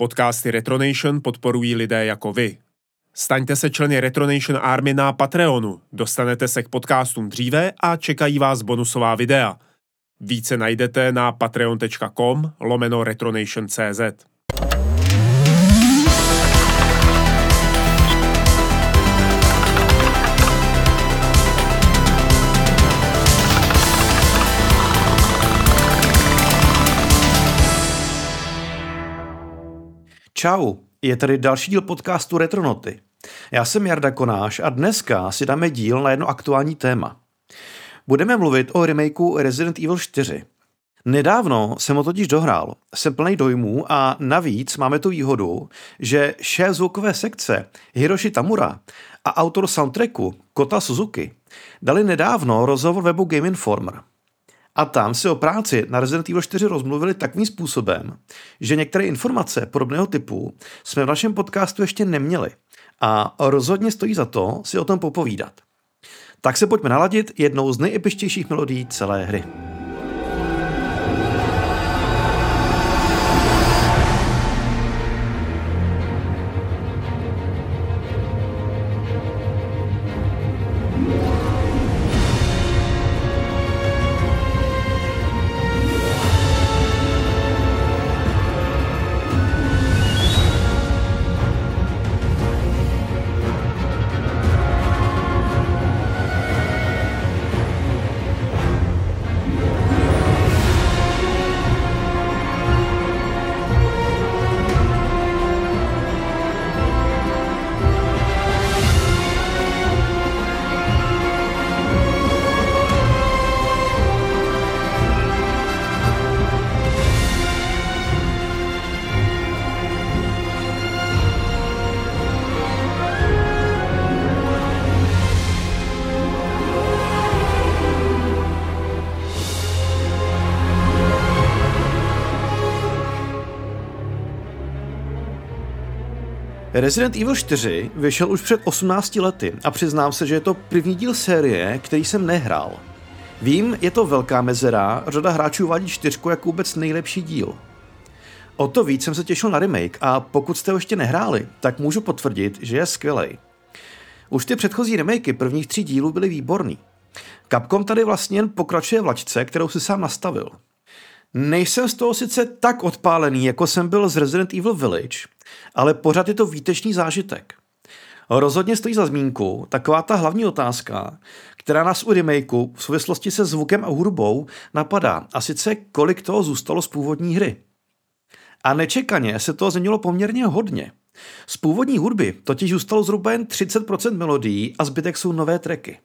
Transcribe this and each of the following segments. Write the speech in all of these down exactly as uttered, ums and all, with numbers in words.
Podcasty Retronation podporují lidé jako vy. Staňte se členy Retronation Army na Patreonu, dostanete se k podcastům dříve a čekají vás bonusová videa. Více najdete na patreon.com lomeno retronation.cz. Čau, je tady další díl podcastu Retronoty. Já jsem Jarda Konáš a dneska si dáme díl na jedno aktuální téma. Budeme mluvit o remakeu Resident Evil čtyři. Nedávno jsem ho totiž dohrál, jsem plný dojmů a navíc máme tu výhodu, že šéf zvukové sekce Hiroshi Tamura a autor soundtracku Kota Suzuki dali nedávno rozhovor webu Game Informer. A tam si o práci na Resident Evil čtyři rozmluvili takovým způsobem, že některé informace podobného typu jsme v našem podcastu ještě neměli a rozhodně stojí za to si o tom popovídat. Tak se pojďme naladit jednou z nejepištějších melodií celé hry. Resident Evil čtyři vyšel už před osmnácti lety a přiznám se, že je to první díl série, který jsem nehrál. Vím, je to velká mezera, řada hráčů vádí čtyřku jako vůbec nejlepší díl. O to víc jsem se těšil na remake a pokud jste ho ještě nehráli, tak můžu potvrdit, že je skvělej. Už ty předchozí remakey prvních tří dílů byly výborný. Capcom tady vlastně jen pokračuje v lačce, kterou si sám nastavil. Nejsem z toho sice tak odpálený, jako jsem byl z Resident Evil Village, ale pořád je to výtečný zážitek. Rozhodně stojí za zmínku taková ta hlavní otázka, která nás u remakeu v souvislosti se zvukem a hudbou napadá, a sice kolik toho zůstalo z původní hry. A nečekaně se toho změnilo poměrně hodně. Z původní hudby totiž zůstalo zhruba jen třicet procent melodií a zbytek jsou nové tracky.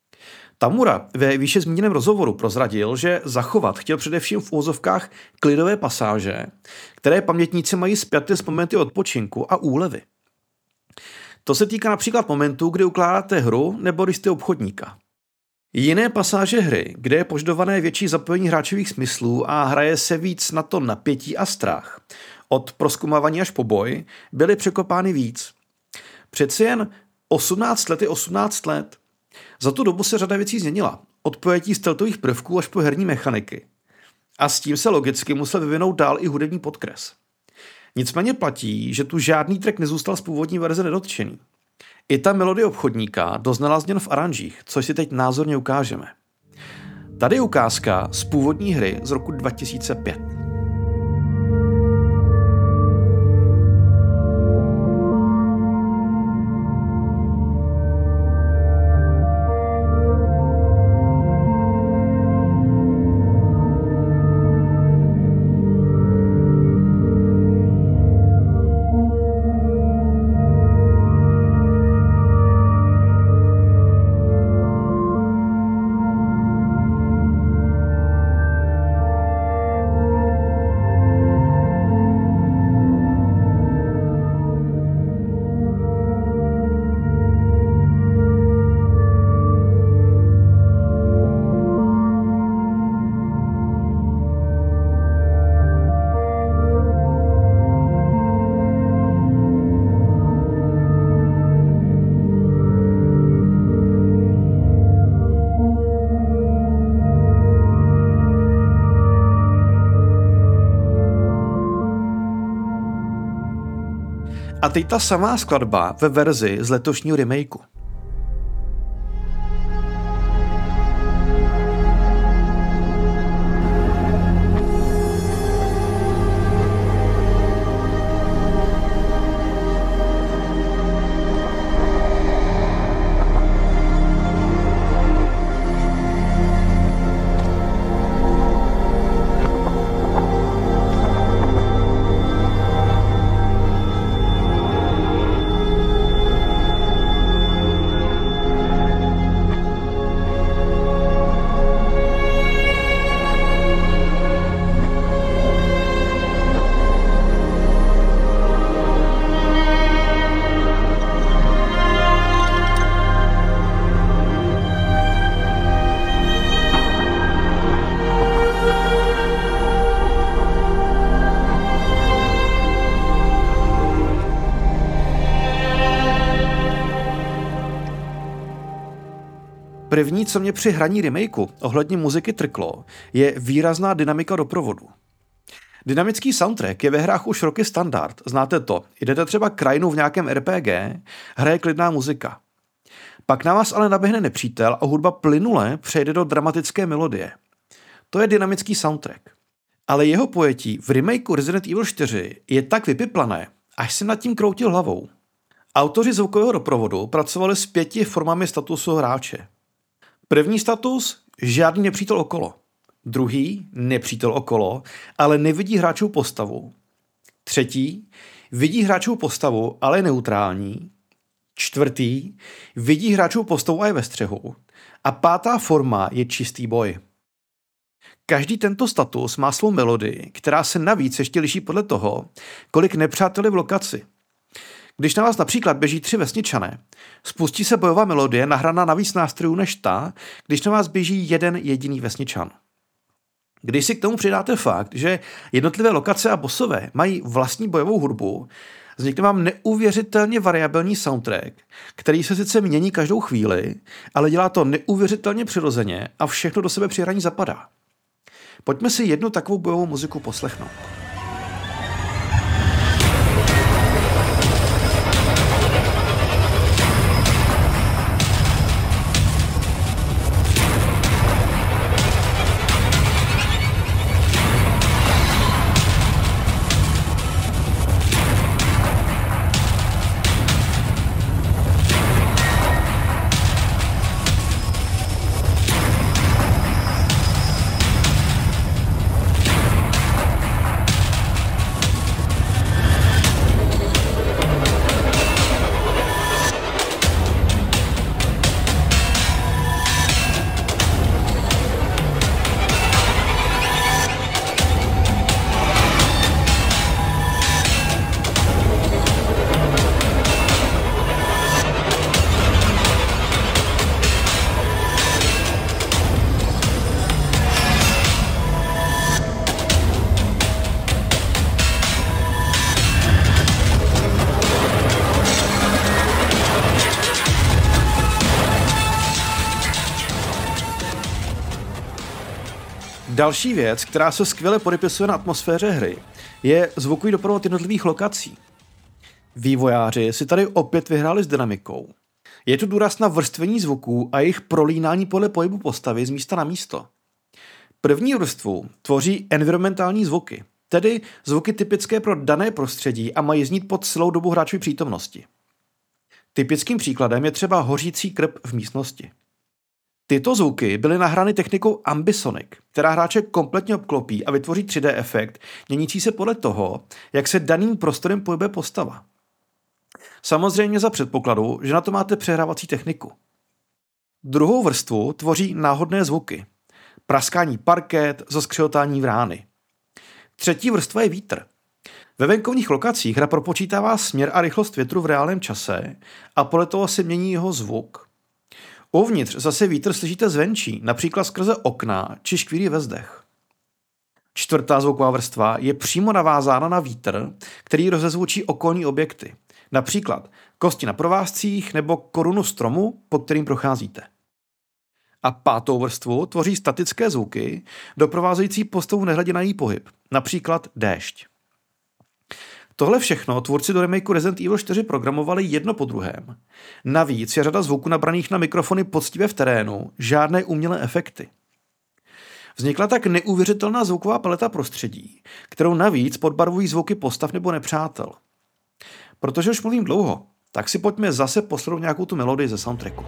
Tamura ve výše zmíněném rozhovoru prozradil, že zachovat chtěl především v úvozovkách klidové pasáže, které pamětníci mají spjaty s momenty odpočinku a úlevy. To se týká například momentů, kdy ukládáte hru nebo když jste obchodníka. Jiné pasáže hry, kde je požadované větší zapojení hráčových smyslů a hraje se víc na to napětí a strach, od prozkumávání až po boj, byly překopány víc. Přeci jen osmnáct let je osmnáct let. Za tu dobu se řada věcí změnila, od pojetí steltových prvků až po herní mechaniky. A s tím se logicky musel vyvinout dál i hudební podkres. Nicméně platí, že tu žádný track nezůstal z původní verze nedotčený. I ta melodie obchodníka doznala změn v aranžích, což si teď názorně ukážeme. Tady je ukázka z původní hry z roku dva tisíce pět. A teď ta samá skladba ve verzi z letošního remakeu. První, co mě při hraní remakeu ohledně muziky trklo, je výrazná dynamika doprovodu. Dynamický soundtrack je ve hrách už roky standard, znáte to, jdete třeba krajinu v nějakém R P G, hraje klidná muzika. Pak na vás ale naběhne nepřítel a hudba plynule přejde do dramatické melodie. To je dynamický soundtrack. Ale jeho pojetí v remakeu Resident Evil čtyři je tak vypiplané, až jsem nad tím kroutil hlavou. Autoři zvukového doprovodu pracovali s pěti formami statusu hráče. První status, žádný nepřítel okolo. Druhý, nepřítel okolo, ale nevidí hráčův postavu. Třetí, vidí hráčův postavu, ale je neutrální. Čtvrtý, vidí hráčův postavu a je ve střehu. A pátá forma je čistý boj. Každý tento status má svou melodii, která se navíc ještě liší podle toho, kolik nepřátel je v lokaci. Když na vás například běží tři vesničané, spustí se bojová melodie nahraná na víc nástrojů než ta, když na vás běží jeden jediný vesničan. Když si k tomu přidáte fakt, že jednotlivé lokace a bossové mají vlastní bojovou hudbu, vznikne vám neuvěřitelně variabilní soundtrack, který se sice mění každou chvíli, ale dělá to neuvěřitelně přirozeně a všechno do sebe při hraní zapadá. Pojďme si jednu takovou bojovou muziku poslechnout. Další věc, která se skvěle podepisuje na atmosféře hry, je zvukový doprovod jednotlivých lokací. Vývojáři si tady opět vyhráli s dynamikou. Je tu důraz na vrstvení zvuků a jejich prolínání podle pohybu postavy z místa na místo. První vrstvu tvoří environmentální zvuky, tedy zvuky typické pro dané prostředí a mají znít pod celou dobu hráčovy přítomnosti. Typickým příkladem je třeba hořící krb v místnosti. Tyto zvuky byly nahrány technikou Ambisonic, která hráče kompletně obklopí a vytvoří tři dé efekt, měnící se podle toho, jak se daným prostorem pohybuje postava. Samozřejmě za předpokladu, že na to máte přehrávací techniku. Druhou vrstvu tvoří náhodné zvuky. Praskání parket, zaskřehotání vrány. Třetí vrstva je vítr. Ve venkovních lokacích hra propočítává směr a rychlost větru v reálném čase a podle toho se mění jeho zvuk. Uvnitř zase vítr slyšíte zvenčí, například skrze okna či škvíry ve zdech. Čtvrtá zvuková vrstva je přímo navázána na vítr, který rozezvučí okolní objekty, například kosti na provázcích nebo korunu stromu, pod kterým procházíte. A pátou vrstvu tvoří statické zvuky, doprovázející postavu nehledě na její pohyb, například déšť. Tohle všechno tvůrci do remakeu Resident Evil čtyři programovali jedno po druhém. Navíc je řada zvuků nabraných na mikrofony poctivě v terénu, žádné umělé efekty. Vznikla tak neuvěřitelná zvuková paleta prostředí, kterou navíc podbarvují zvuky postav nebo nepřátel. Protože už mluvím dlouho, tak si pojďme zase poslechnout nějakou tu melodii ze soundtracku.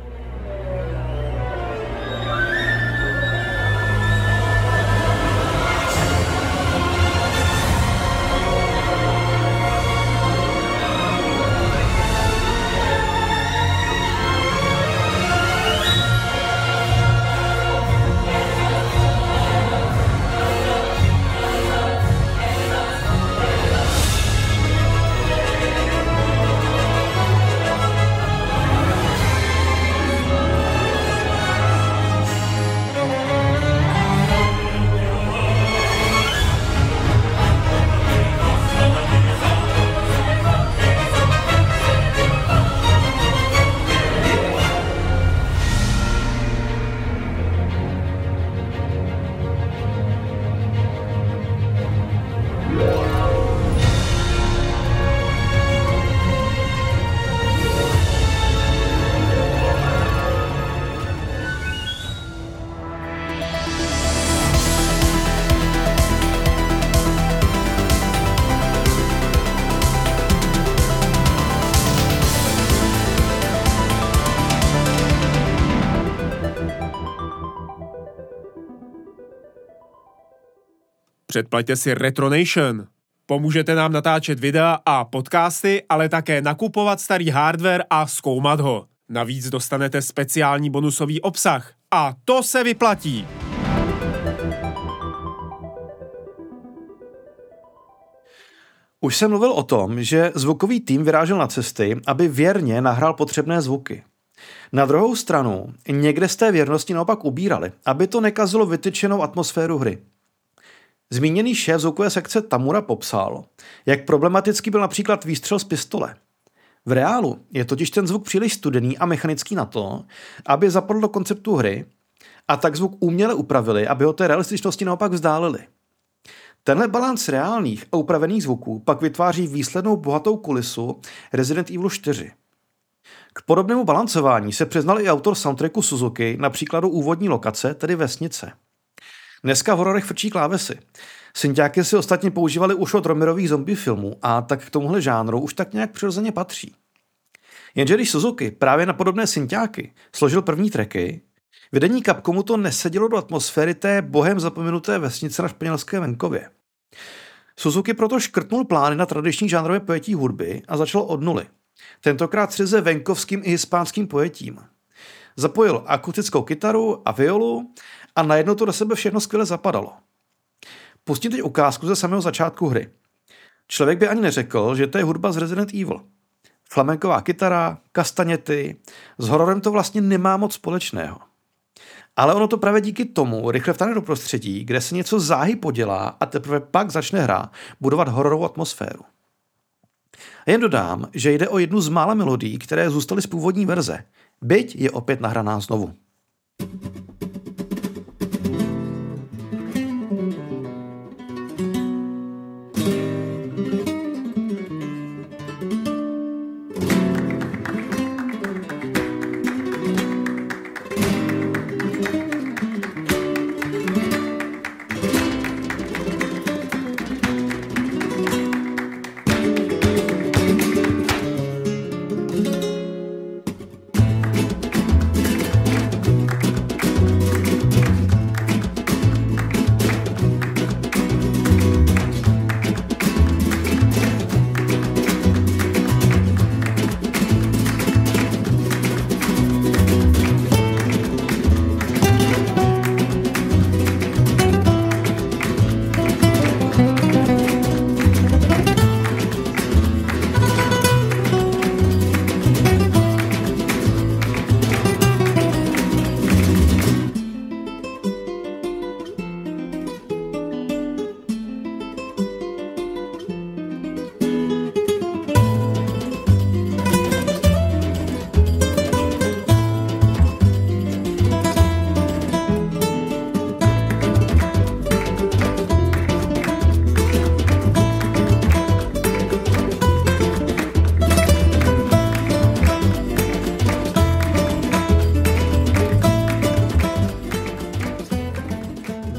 Předplaťte si Retronation. Pomůžete nám natáčet videa a podcasty, ale také nakupovat starý hardware a zkoumat ho. Navíc dostanete speciální bonusový obsah. A to se vyplatí! Už jsem mluvil o tom, že zvukový tým vyrážel na cesty, aby věrně nahrál potřebné zvuky. Na druhou stranu, někde z té věrnosti naopak ubírali, aby to nekazilo vytyčenou atmosféru hry. Zmíněný šéf zvukové sekce Tamura popsal, jak problematický byl například výstřel z pistole. V reálu je totiž ten zvuk příliš studený a mechanický na to, aby zapadl do konceptu hry, a tak zvuk uměle upravili, aby ho té realističnosti naopak vzdálili. Tenhle balans reálných a upravených zvuků pak vytváří výslednou bohatou kulisu Resident Evil čtyři. K podobnému balancování se přiznal i autor soundtracku Suzuki na příkladu úvodní lokace, tedy vesnice. Dneska v hororech frčí klávesy. Synťáky si ostatně používali už od Romerových zombie filmů a tak k tomuhle žánru už tak nějak přirozeně patří. Jenže když Suzuki právě na podobné synťáky složil první tracky, vedení Capcomu to nesedělo do atmosféry té bohem zapomenuté vesnice na španělském venkově. Suzuki proto škrtnul plány na tradiční žánrové pojetí hudby a začal od nuly. Tentokrát s ryze venkovským i hispánským pojetím. Zapojil akustickou kytaru a violu a najednou to do sebe všechno skvěle zapadalo. Pustím teď ukázku ze samého začátku hry. Člověk by ani neřekl, že to je hudba z Resident Evil. Flamenková kytara, kastaněty, s hororem to vlastně nemá moc společného. Ale ono to právě díky tomu rychle vtane do prostředí, kde se něco záhy podělá a teprve pak začne hra budovat hororovou atmosféru. A jen dodám, že jde o jednu z mála melodií, které zůstaly z původní verze, byť je opět nahraná znovu.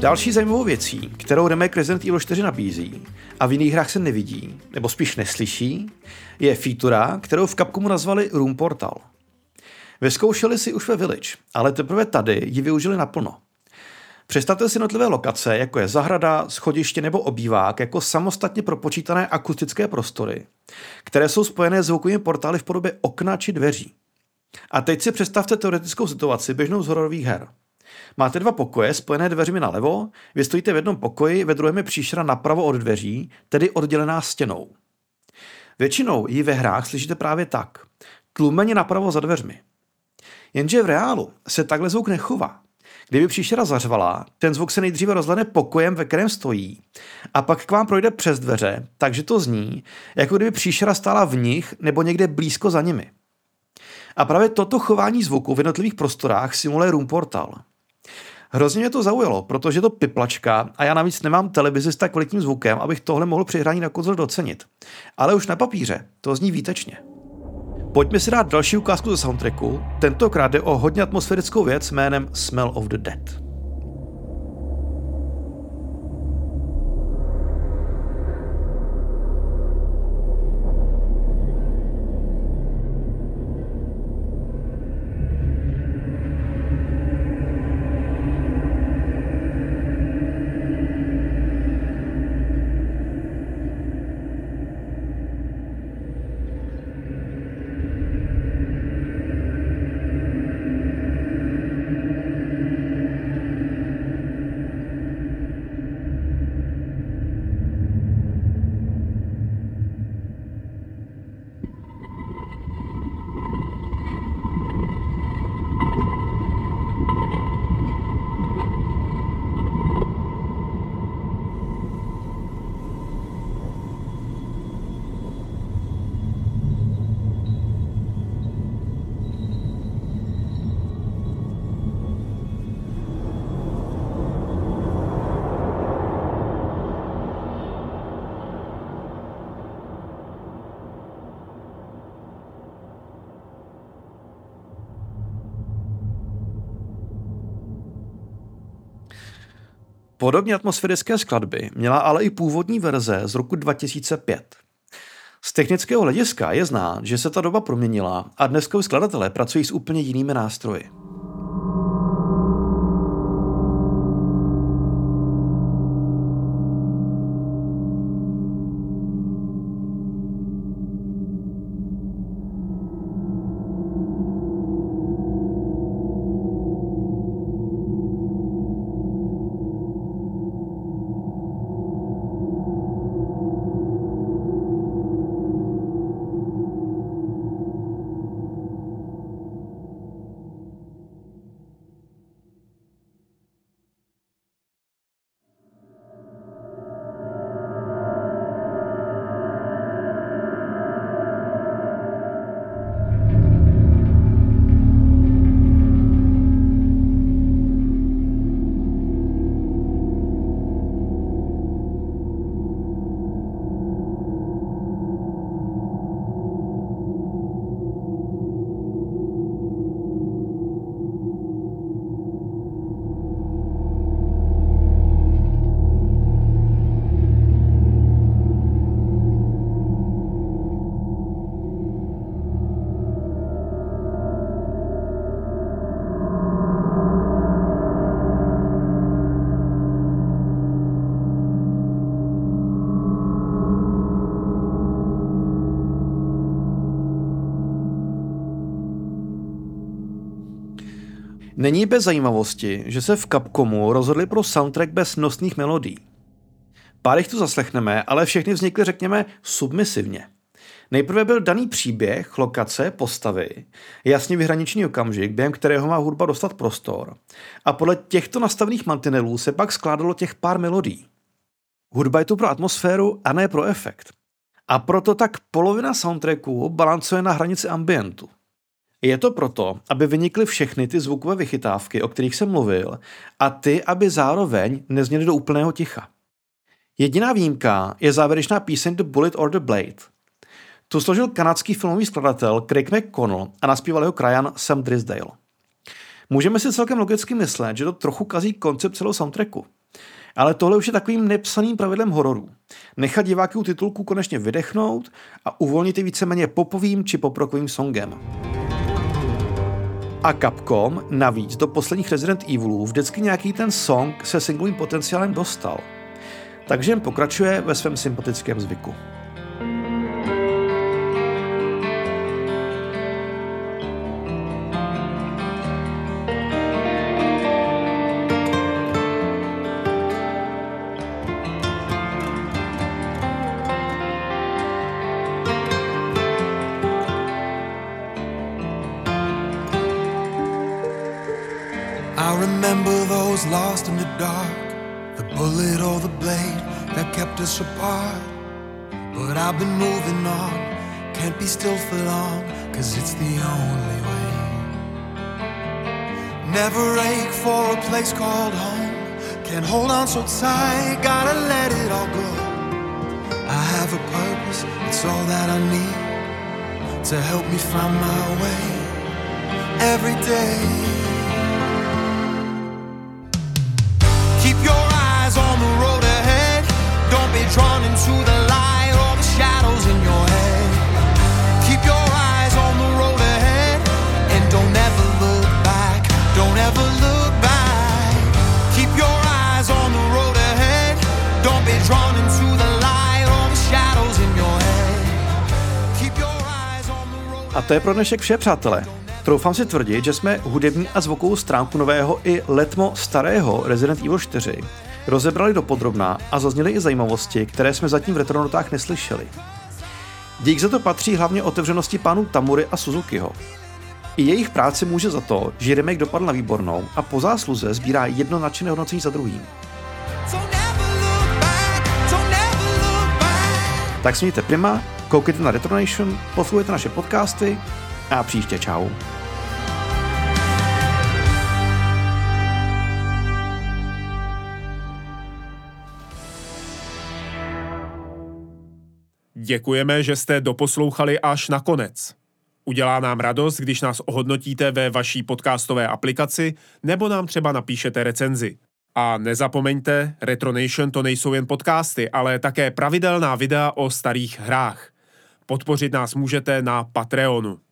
Další zajímavou věcí, kterou remake Resident Evil čtyři nabízí a v jiných hrách se nevidí, nebo spíš neslyší, je featura, kterou v Capcomu nazvali Room Portal. Vyzkoušeli si už ve Village, ale teprve tady ji využili naplno. Představte si jednotlivé lokace, jako je zahrada, schodiště nebo obývák, jako samostatně propočítané akustické prostory, které jsou spojené zvukovými portály v podobě okna či dveří. A teď si představte teoretickou situaci běžnou z hororových her. Máte dva pokoje spojené dveřmi nalevo, vy stojíte v jednom pokoji, ve druhém je příšera napravo od dveří, tedy oddělená stěnou. Většinou ji ve hrách slyšíte právě tak. Tlumeně napravo za dveřmi. Jenže v reálu se takhle zvuk nechová. Kdyby příšera zařvala, ten zvuk se nejdříve rozhledne pokojem, ve kterém stojí, a pak k vám projde přes dveře, takže to zní, jako kdyby příšera stála v nich nebo někde blízko za nimi. A právě toto chování zvuku v jednotlivých prostorách simuluje Room Portal. Hrozně mě to zaujalo, protože je to piplačka a já navíc nemám televizi s tak kvalitním zvukem, abych tohle mohl při hraní na konzoli docenit. Ale už na papíře to zní výtečně. Pojďme si dát další ukázku ze soundtracku, tentokrát jde o hodně atmosférickou věc jménem Smell of the Dead. Podobně atmosférické skladby měla ale i původní verze z roku dva tisíce pět. Z technického hlediska je znát, že se ta doba proměnila a dneska skladatelé pracují s úplně jinými nástroji. Není bez zajímavosti, že se v Capcomu rozhodli pro soundtrack bez nosných melodií. Pár jich tu zaslechneme, ale všechny vznikly, řekněme, submisivně. Nejprve byl daný příběh, lokace, postavy, jasně vyhraničný okamžik, během kterého má hudba dostat prostor, a podle těchto nastavených mantinelů se pak skládalo těch pár melodií. Hudba je tu pro atmosféru a ne pro efekt. A proto tak polovina soundtracku balancuje na hranici ambientu. Je to proto, aby vynikly všechny ty zvukové vychytávky, o kterých jsem mluvil, a ty, aby zároveň nezněly do úplného ticha. Jediná výjimka je závěrečná píseň The Bullet or the Blade. Tu složil kanadský filmový skladatel Craig McConnell a naspíval jeho krajan Sam Drysdale. Můžeme si celkem logicky myslet, že to trochu kazí koncept celého soundtracku. Ale tohle už je takovým nepsaným pravidlem hororů. Nechat diváky u titulku konečně vydechnout a uvolnit je víceméně popovým či poprokovým songem. A Capcom navíc do posledních Resident Evilů vždycky nějaký ten song se singlovým potenciálem dostal. Takže jen pokračuje ve svém sympatickém zvyku. I remember those lost in the dark, the bullet or the blade that kept us apart. But I've been moving on, can't be still for long, cause it's the only way. Never ache for a place called home, can't hold on so tight, gotta let it all go. I have a purpose, it's all that I need to help me find my way every day. Keep your eyes on the road ahead, don't be drawn into the light or the shadows in your head. Keep your eyes on the road ahead and don't ever look back, don't ever look back. Keep your eyes on the road ahead, don't be drawn into the light or the shadows in your head. Keep your eyes on the road. A to je pro dnešek vše, přátelé. Troufám si tvrdit, že jsme hudební a zvukovou stránku nového i letmo starého Resident Evil čtyři rozebrali dopodrobna a zazněly i zajímavosti, které jsme zatím v Retronotách neslyšeli. Dík za to patří hlavně otevřenosti pánů Tamury a Suzukiho. I jejich práce může za to, že remake dopadl na výbornou a po zásluze sbírá jedno nadšené hodnocení za druhým. Tak se mějte prima, koukejte na Retronation, poslouchejte naše podcasty a příště čau. Děkujeme, že jste doposlouchali až na konec. Udělá nám radost, když nás ohodnotíte ve vaší podcastové aplikaci nebo nám třeba napíšete recenzi. A nezapomeňte, Retronation to nejsou jen podcasty, ale také pravidelná videa o starých hrách. Podpořit nás můžete na Patreonu.